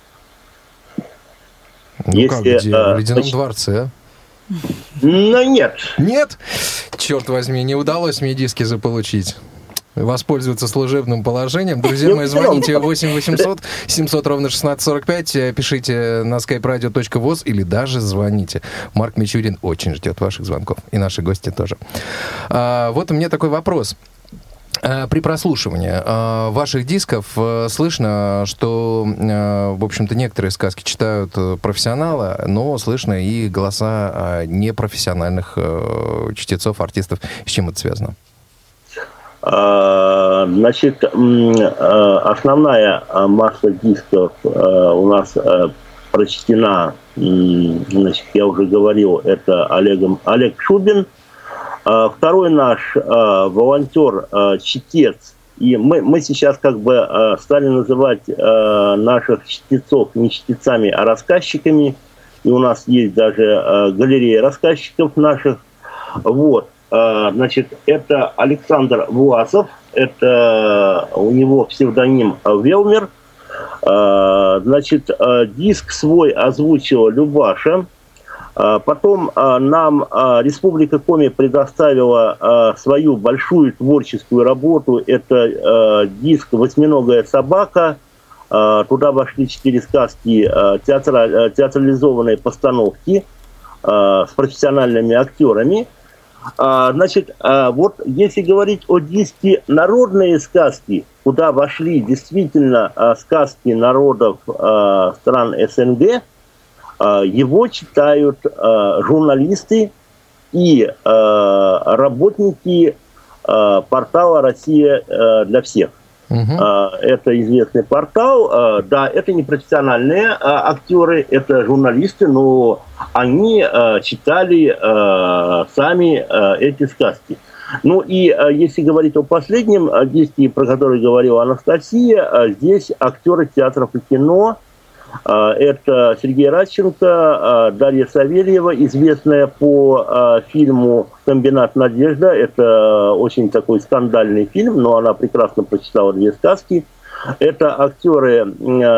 Ну Если, как, где? э, В Ледяном значит- дворце, а? Ну, нет. Нет? Черт возьми, не удалось мне диски заполучить. Воспользоваться служебным положением. Друзья мои, звоните восемь восемьсот семьсот ровно шестнадцать сорок пять, пишите на skype radio точка voz или даже звоните. Марк Мичурин очень ждет ваших звонков. И наши гости тоже. А, вот у меня такой вопрос. А, При прослушивании а, ваших дисков а, слышно, что, а, в общем-то, некоторые сказки читают а, профессионалы, но слышно и голоса а, непрофессиональных а, чтецов, артистов. С чем это связано? А, Значит, м, а, основная а, масса дисков а, у нас а, прочтена, м, значит, я уже говорил, это Олегом, Олег Шубин. А, Второй наш а, волонтер, а, чтец, и мы, мы сейчас как бы а, стали называть а, наших чтецов не чтецами, а рассказчиками, и у нас есть даже а, галерея рассказчиков наших. Вот. Значит, это Александр Власов, это у него псевдоним Велмер. Значит, диск свой озвучила Любаша. Потом нам Республика Коми предоставила свою большую творческую работу. Это диск «Восьминогая собака». Туда вошли четыре сказки, театрализованные постановки с профессиональными актерами. Значит, вот если говорить о диске «Народные сказки», куда вошли действительно сказки народов стран СНГ, его читают журналисты и работники портала «Россия для всех». Угу. Это известный портал. Да, это не профессиональные актеры, это журналисты, но они читали сами эти сказки. Ну и если говорить о последнем диске, про который говорила Анастасия, здесь актеры театров и кино. Это Сергей Радченко, Дарья Савельева, известная по фильму «Комбинат Надежда». Это очень такой скандальный фильм, но она прекрасно прочитала две сказки. Это актеры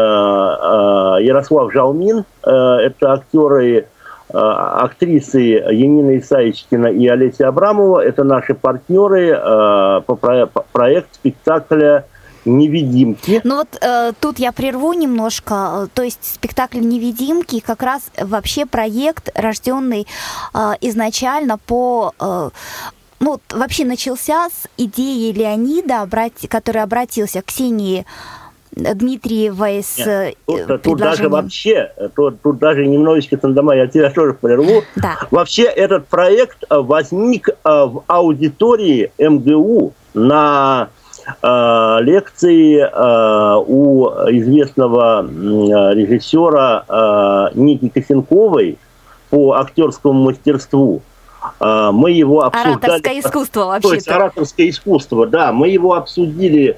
Ярослав Жалмин, это актеры, актрисы Янина Исаичкина и Олеся Абрамова. Это наши партнеры по проекту спектакля «Невидимки». Ну вот э, тут я прерву немножко. То есть спектакль «Невидимки» как раз вообще проект, рожденный э, изначально по... Э, ну, вообще начался с идеи Леонида, обрати, который обратился к Ксении Дмитриевой с Нет, тут, тут предложением... даже вообще, тут, тут даже немножечко, Тандама, я тебя тоже прерву. Да. Вообще этот проект возник в аудитории эм гэ у на лекции у известного режиссера Ники Косенковой по актерскому мастерству. Мы его обсуждали... Ораторское искусство вообще-то. То есть ораторское искусство, да. Мы его обсудили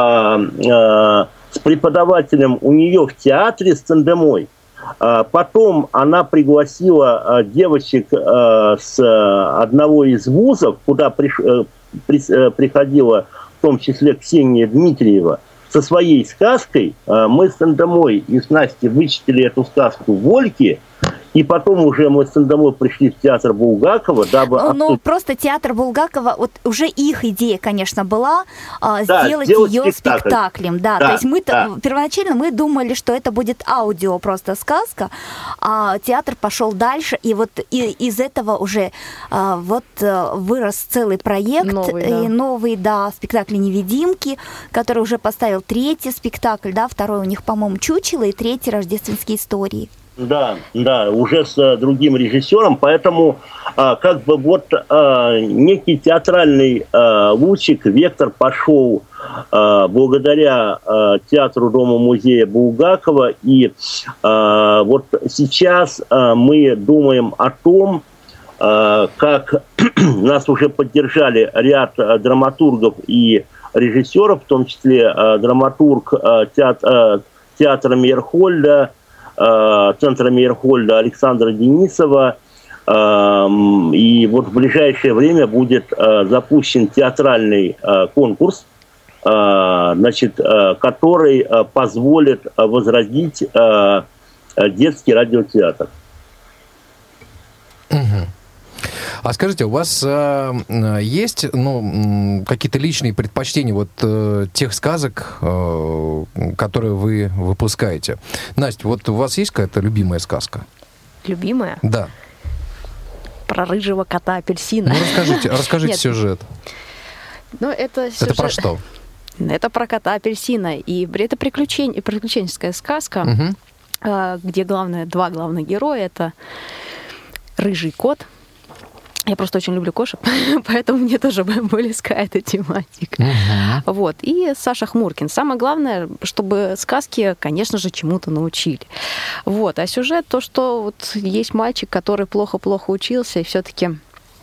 с преподавателем у нее в театре Сцендемой. Потом она пригласила девочек с одного из вузов, куда приходила в том числе Ксения Дмитриева, со своей сказкой. Мы с Сцендемой и с Настей вычитали эту сказку «Вольки», И потом уже мы с сыном домой пришли в театр Булгакова, дабы... Ну, ну, просто театр Булгакова, вот уже их идея, конечно, была а, да, сделать, сделать ее спектакль. спектаклем. Да, Да, то есть мы да. первоначально мы думали, что это будет аудио, просто сказка, а театр пошел дальше, и вот и, из этого уже а, вот а, вырос целый проект, Новый, да. и новый, да, спектакль «Невидимки», который уже поставил третий спектакль, да, второй у них, по-моему, «Чучело», и третий «Рождественские истории». Да, да, уже с а, другим режиссером, поэтому а, как бы вот а, некий театральный а, лучик, вектор пошел а, благодаря а, театру Дома-музея Булгакова, и а, вот сейчас а, мы думаем о том, а, как нас уже поддержали ряд а, драматургов и режиссеров, в том числе а, драматург а, театр, а, театра Мейерхольда, Центра Мейерхольда Александра Денисова. И вот в ближайшее время будет запущен театральный конкурс, значит, который позволит возродить детский радиотеатр. Угу. А скажите, у вас э, есть ну, какие-то личные предпочтения вот э, тех сказок, э, которые вы выпускаете? Настя, вот у вас есть какая-то любимая сказка? Любимая? Да. Про рыжего кота-апельсина. Ну, расскажите, расскажите Нет. сюжет. Ну, это сюжет... Это про что? Это про кота-апельсина. И это приключень... приключенческая сказка, Угу. где главное, два главных героя. Это рыжий кот. Я просто очень люблю кошек, поэтому мне тоже близка эта тематика. Uh-huh. Вот. И Саша Хмуркин. Самое главное, чтобы сказки, конечно же, чему-то научили. Вот. А сюжет, то, что вот есть мальчик, который плохо-плохо учился, и все-таки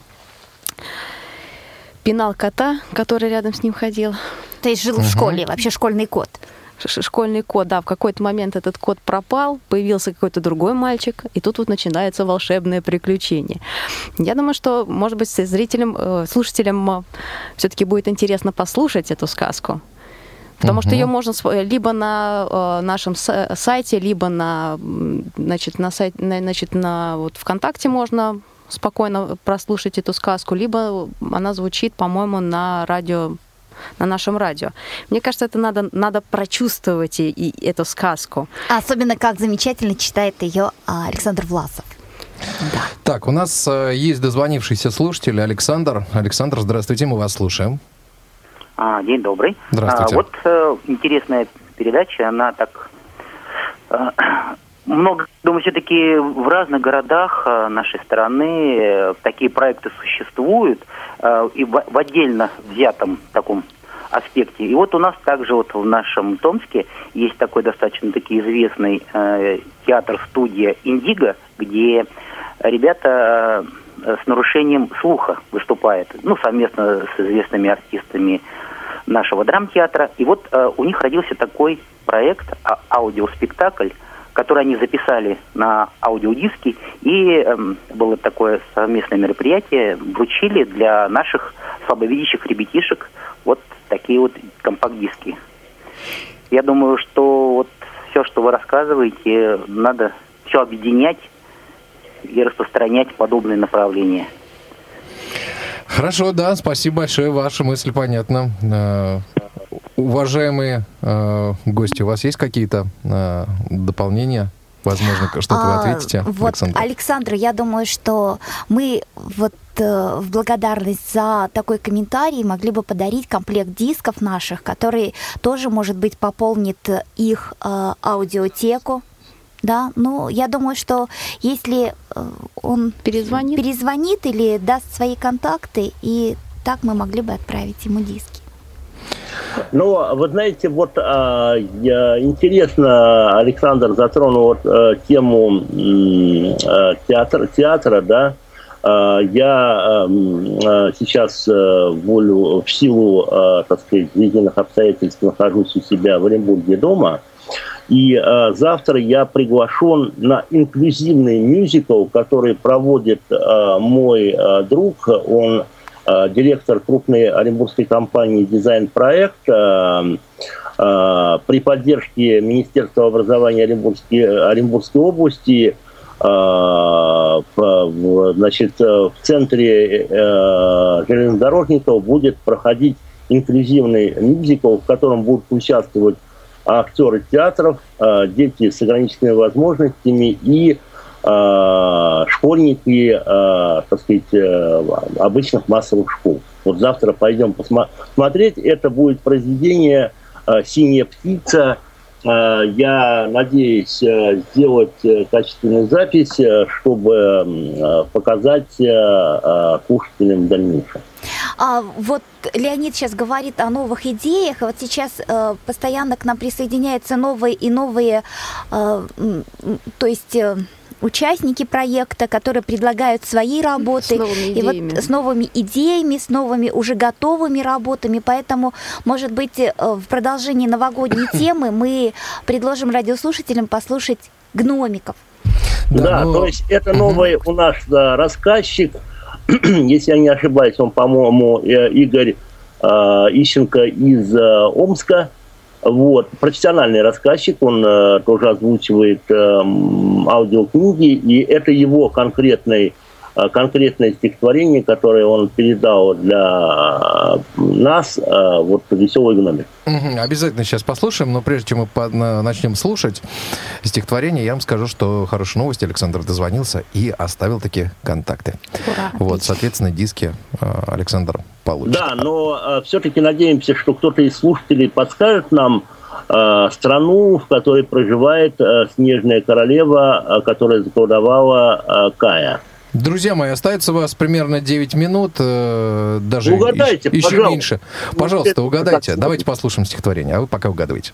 пинал кота, который рядом с ним ходил. То есть жил uh-huh. в школе, вообще школьный кот. Школьный кот, да, в какой-то момент этот кот пропал, появился какой-то другой мальчик, и тут вот начинается волшебное приключение. Я думаю, что, может быть, зрителям, слушателям все-таки будет интересно послушать эту сказку, потому uh-huh. что ее можно либо на нашем сайте, либо на, значит, на сайте, значит, на вот ВКонтакте можно спокойно прослушать эту сказку, либо она звучит, по-моему, на радио, на нашем радио. Мне кажется, это надо, надо прочувствовать и, и эту сказку. Особенно как замечательно читает ее Александр Власов. Да. Так, у нас э, есть дозвонившийся слушатель Александр. Александр, здравствуйте, мы вас слушаем. А, день добрый. Здравствуйте. А, вот э, интересная передача, она так... Э, много, думаю, все-таки в разных городах э, нашей страны э, такие проекты существуют, э, и в, в отдельно взятом таком аспекте. И вот у нас также вот в нашем Томске есть такой достаточно таки известный э, театр-студия «Индиго», где ребята э, с нарушением слуха выступают, ну, совместно с известными артистами нашего драмтеатра. И вот э, у них родился такой проект, а, аудиоспектакль, который они записали на аудиодиски, и э, было такое совместное мероприятие, вручили для наших слабовидящих ребятишек вот такие вот компакт-диски. Я думаю, что вот все, что вы рассказываете, надо все объединять и распространять подобные направления. Хорошо, да, спасибо большое, ваша мысль понятна. Э, уважаемые э, гости, у вас есть какие-то э, дополнения? Возможно, что-то вы ответите, а, вот, Александр. Александр, я думаю, что мы вот э, в благодарность за такой комментарий могли бы подарить комплект дисков наших, который тоже, может быть, пополнит их э, аудиотеку. Да, ну, я думаю, что если э, он перезвонит. перезвонит или даст свои контакты, и так мы могли бы отправить ему диски. Ну, вы знаете, вот а, я, интересно, Александр затронул вот, а, тему а, театра, театра, да. А, я а, сейчас а, волю, в силу, а, так сказать, жизненных обстоятельств нахожусь у себя в Оренбурге дома. И а, завтра я приглашен на инклюзивный мюзикл, который проводит а, мой а, друг. Он а, директор крупной оренбургской компании «Дизайн-проект». А, а, при поддержке Министерства образования Оренбургской, Оренбургской области значит, в центре железнодорожников будет проходить инклюзивный мюзикл, в котором будут участвовать актеры театров, дети с ограниченными возможностями и школьники, так сказать, обычных массовых школ. Вот завтра пойдем посмотреть. Это будет произведение «Синяя птица». Я надеюсь сделать качественную запись, чтобы показать слушателям в дальнейшем. А, вот Леонид сейчас говорит о новых идеях. Вот сейчас э, постоянно к нам присоединяются новые и новые, э, то есть... Э, участники проекта, которые предлагают свои работы. С новыми и вот идеями. с новыми идеями, с новыми уже готовыми работами. Поэтому, может быть, в продолжении новогодней темы мы предложим радиослушателям послушать гномиков. Да, да, но... то есть это новый у нас да, рассказчик, если я не ошибаюсь, он, по-моему, Игорь э, Ищенко из э, Омска. Вот, профессиональный рассказчик, он э, тоже озвучивает э, аудиокниги, и это его конкретный, э, конкретное стихотворение, которое он передал для э, нас, э, вот «Веселый гномик». Угу, обязательно сейчас послушаем, но прежде чем мы по- на- начнем слушать стихотворение, я вам скажу, что хорошая новость, Александр дозвонился и оставил такие контакты. Ура, вот, отлично. соответственно, диски э, Александр получит. Да, но э, все-таки надеемся, что кто-то из слушателей подскажет нам э, страну, в которой проживает э, снежная королева, э, которая заколдовала э, Кая. Друзья мои, остается у вас примерно девять минут, э, даже угадайте, еще, еще пожалуйста. меньше. Пожалуйста, угадайте. Давайте послушаем стихотворение, а вы пока угадывайте.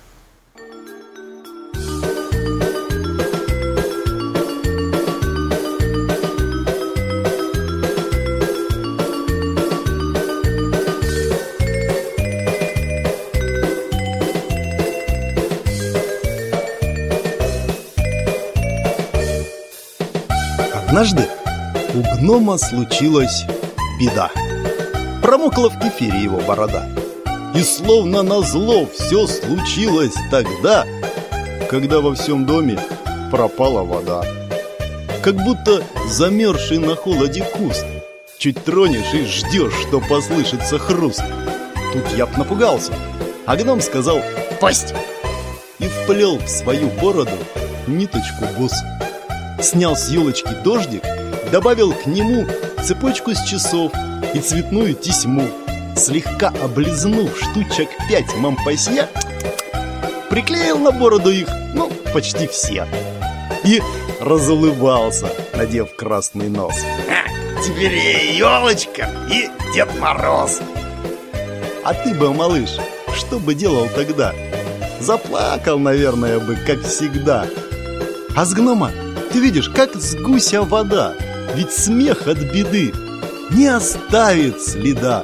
Однажды у гнома случилась беда. Промокла в кефире его борода. И словно назло все случилось тогда, когда во всем доме пропала вода. Как будто замерзший на холоде куст. Чуть тронешь и ждешь, что послышится хруст. Тут я б напугался, а гном сказал «Пасть!» и вплел в свою бороду ниточку бус. Снял с елочки дождик, добавил к нему цепочку с часов и цветную тесьму. Слегка облизнув штучек пять мампасья, приклеил на бороду их, ну, почти все. И разулыбался, надев красный нос. А, теперь я елочка и Дед Мороз. А ты бы, малыш, что бы делал тогда? Заплакал, наверное, бы, как всегда. А с гнома ты видишь, как с гуся вода, ведь смех от беды не оставит следа.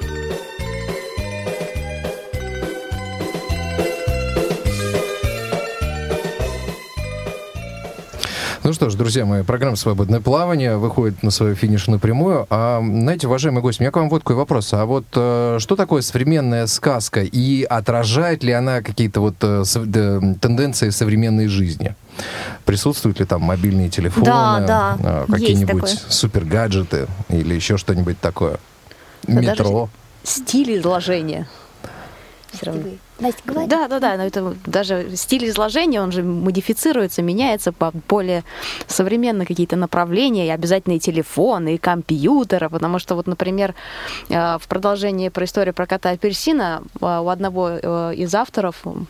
Ну что ж, друзья мои, программа «Свободное плавание» выходит на свою финишную прямую. А, знаете, уважаемый гость, у меня к вам вот такой вопрос. А вот э, что такое современная сказка? И отражает ли она какие-то вот э, со, э, тенденции современной жизни? Присутствуют ли там мобильные телефоны, Да, да, э, есть какие-нибудь такое. супергаджеты или еще что-нибудь такое? Да, Метро? Стиль изложения. Все равно. Настя, говори. Да, да, да, но это даже стиль изложения, он же модифицируется, меняется по более современные какие-то направления, и обязательно и телефоны, и компьютеры, потому что вот, например, в продолжении про историю про кота апельсина у одного из авторов Угу.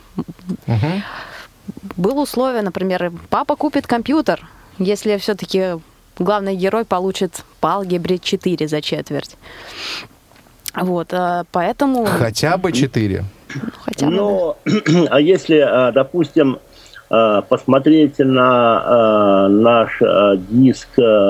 было условие, например, папа купит компьютер, если все-таки главный герой получит по алгебре четыре за четверть. Вот, поэтому... Хотя бы четыре. Хотя бы, Но, а если, допустим, посмотреть на наш диск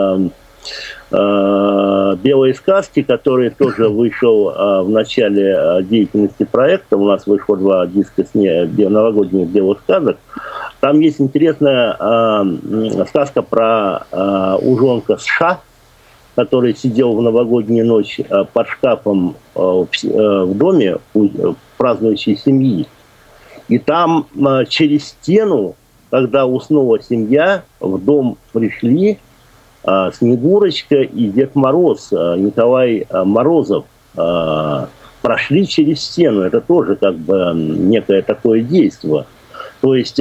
«Белые сказки», который тоже вышел в начале деятельности проекта, у нас вышло два диска с новогодних «Белых сказок», там есть интересная сказка про ужонка США, который сидел в новогоднюю ночь под шкафом в доме празднующей семьи. И там через стену, когда уснула семья, в дом пришли Снегурочка и Дед Мороз, Николай Морозов, прошли через стену. Это тоже как бы некое такое действие. То есть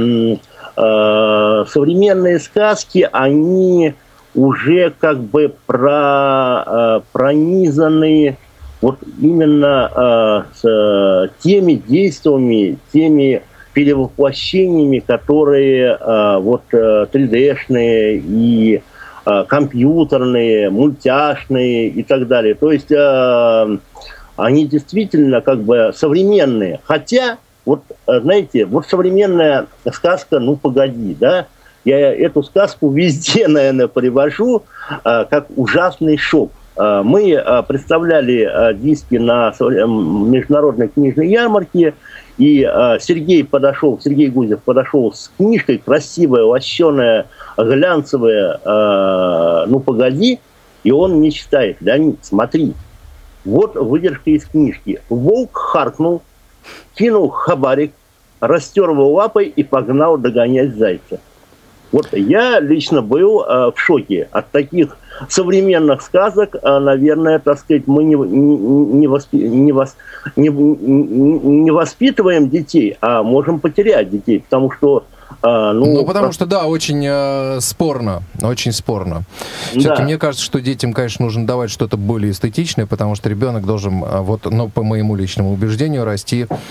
современные сказки, они уже как бы про, пронизаны вот именно с теми действиями, теми перевоплощениями, которые вот три дэ-шные и компьютерные, мультяшные и так далее. То есть э, они действительно как бы современные. Хотя, вот знаете, вот современная сказка «Ну, погоди», да, я эту сказку везде, наверное, привожу э, как ужасный шок. Э, мы э, представляли э, диски на международной книжной ярмарке, и э, Сергей подошел, Сергей Гузев подошел с книжкой, красивая, лощеная, глянцевая, э, «Ну, погоди», и он мне читает: «Леонид, смотри, вот выдержка из книжки. Волк харкнул, кинул хабарик, растер его лапой и погнал догонять зайца». Вот я лично был э, в шоке от таких современных сказок. Э, наверное, так сказать, мы не, не, воспи, не, вос, не, не воспитываем детей, а можем потерять детей, потому что А, ну, ну, потому что, да, очень э, спорно, очень спорно. Все-таки да. Мне кажется, что детям, конечно, нужно давать что-то более эстетичное, потому что ребенок должен, вот, ну, по моему личному убеждению, расти э,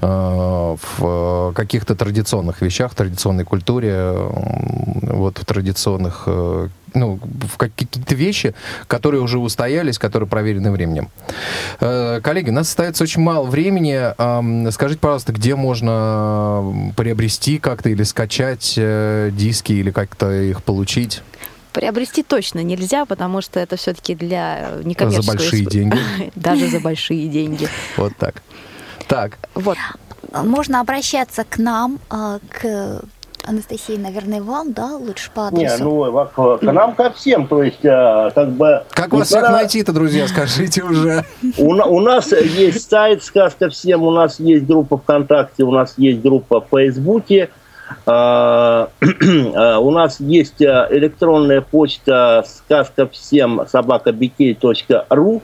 в каких-то традиционных вещах, в традиционной культуре, э, вот, в традиционных... Э, ну, в какие-то вещи, которые уже устоялись, которые проверены временем. Э, коллеги, у нас остается очень мало времени. Э, скажите, пожалуйста, где можно приобрести как-то или скачать э, диски, или как-то их получить? Приобрести точно нельзя, потому что это все-таки для некоммерческого... За большие деньги. Даже за большие деньги. Вот так. Так. Вот. Можно обращаться к нам, к... Анастасия, наверное, вам, да, лучше по адресу? Не, ну, к нам ко всем, то есть, как бы... Как вас всех найти-то, друзья, скажите уже. У, у нас есть сайт «Сказка всем», у нас есть группа ВКонтакте, у нас есть группа в Фейсбуке, у нас есть электронная почта «Сказка всем» собака би кей точка ру.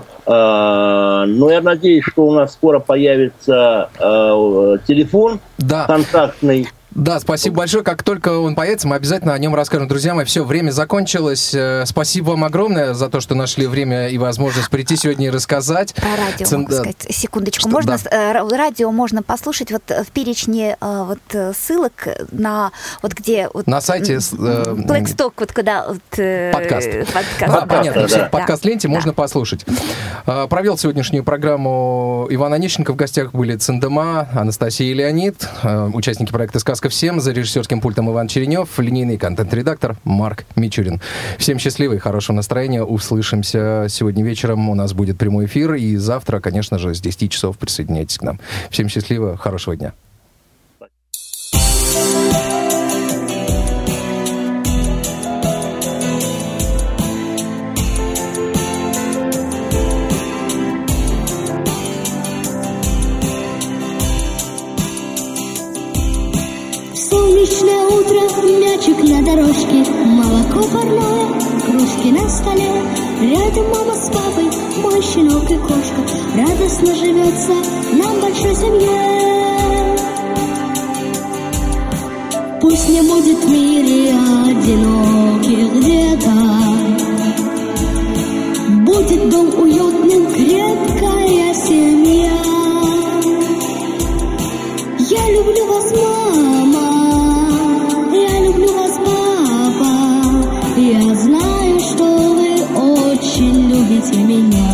Но я надеюсь, что у нас скоро появится телефон да. контактный. Да, спасибо большое. Как только он появится, мы обязательно о нем расскажем. Друзья мои, все, время закончилось. Спасибо вам огромное за то, что нашли время и возможность прийти сегодня и рассказать. Про радио, Цен... могу сказать, секундочку. Что? Можно, да. Радио можно послушать вот в перечне вот, ссылок, на, вот где... Вот, на сайте... Blackstock, вот куда... Вот, подкаст. подкаст. Да, понятно. Да, все, да. в подкаст-ленте да. можно послушать. Провел сегодняшнюю программу Иван Онищенко. В гостях были Цендема, Анастасия и Леонид, участники проекта «Сказка всем». За режиссерским пультом Иван Черенев, линейный контент-редактор Марк Мичурин. Всем счастливо и хорошего настроения. Услышимся сегодня вечером. У нас будет прямой эфир. И завтра, конечно же, с десяти часов присоединяйтесь к нам. Всем счастливо, хорошего дня. Солнечное утро, мячик на дорожке, молоко парное, кружки на столе. Рядом мама с папой, мой щенок и кошка. Радостно живется нам большой семье. Пусть не будет в мире одиноких деток, будет дом уютным, крепкая семья. Я люблю вас, мама. Я люблю вас, папа. Я знаю, что вы очень любите меня.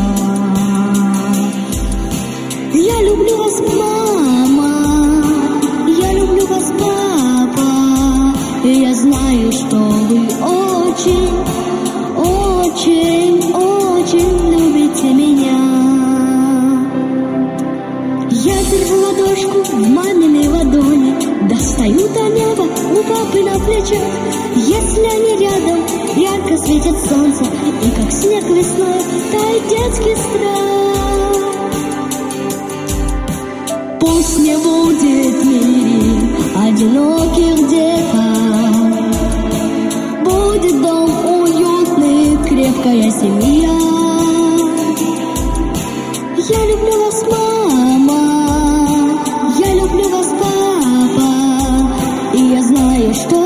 Я люблю вас, мама. Я люблю вас, папа. Я знаю, что вы очень, очень, очень любите меня. Я держу ладошку в маминой ладони, достаю до неба у папы на плечах. Если они рядом, ярко светит солнце, и как снег весной тает детский страх. Пусть не будет в мире одиноких деток, будет дом у великая семья. Я люблю вас, мама, я люблю вас, папа, и я знаю, что